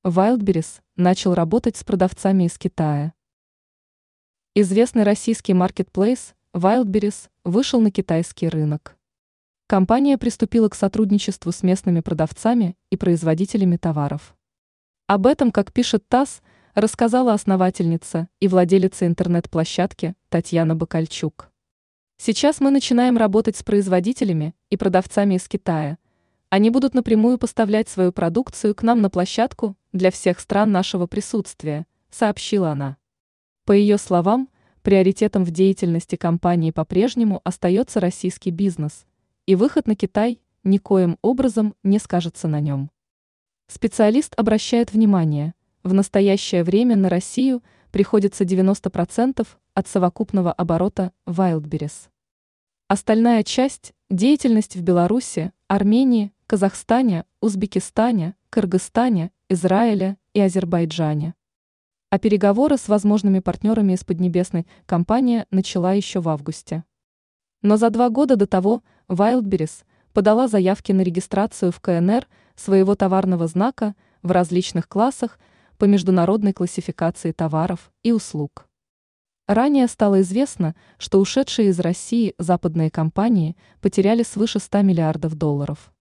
Wildberries начал работать с продавцами из Китая. Известный российский маркетплейс Wildberries вышел на китайский рынок. Компания приступила к сотрудничеству с местными продавцами и производителями товаров. Об этом, как пишет ТАСС, рассказала основательница и владелица интернет-площадки Татьяна Бакальчук. Сейчас мы начинаем работать с производителями и продавцами из Китая. Они будут напрямую поставлять свою продукцию к нам на площадку для всех стран нашего присутствия, сообщила она. По ее словам, приоритетом в деятельности компании по-прежнему остается российский бизнес, и выход на Китай никоим образом не скажется на нем. Специалист обращает внимание, в настоящее время на Россию приходится 90% от совокупного оборота Wildberries. Остальная часть – деятельность в Беларуси, Армении, Казахстане, Узбекистане, Кыргызстане, Израиле и Азербайджане. А переговоры с возможными партнерами из Поднебесной компания начала еще в августе. Но за 2 года до того Wildberries подала заявки на регистрацию в КНР своего товарного знака в различных классах по международной классификации товаров и услуг. Ранее стало известно, что ушедшие из России западные компании потеряли свыше $100 миллиардов.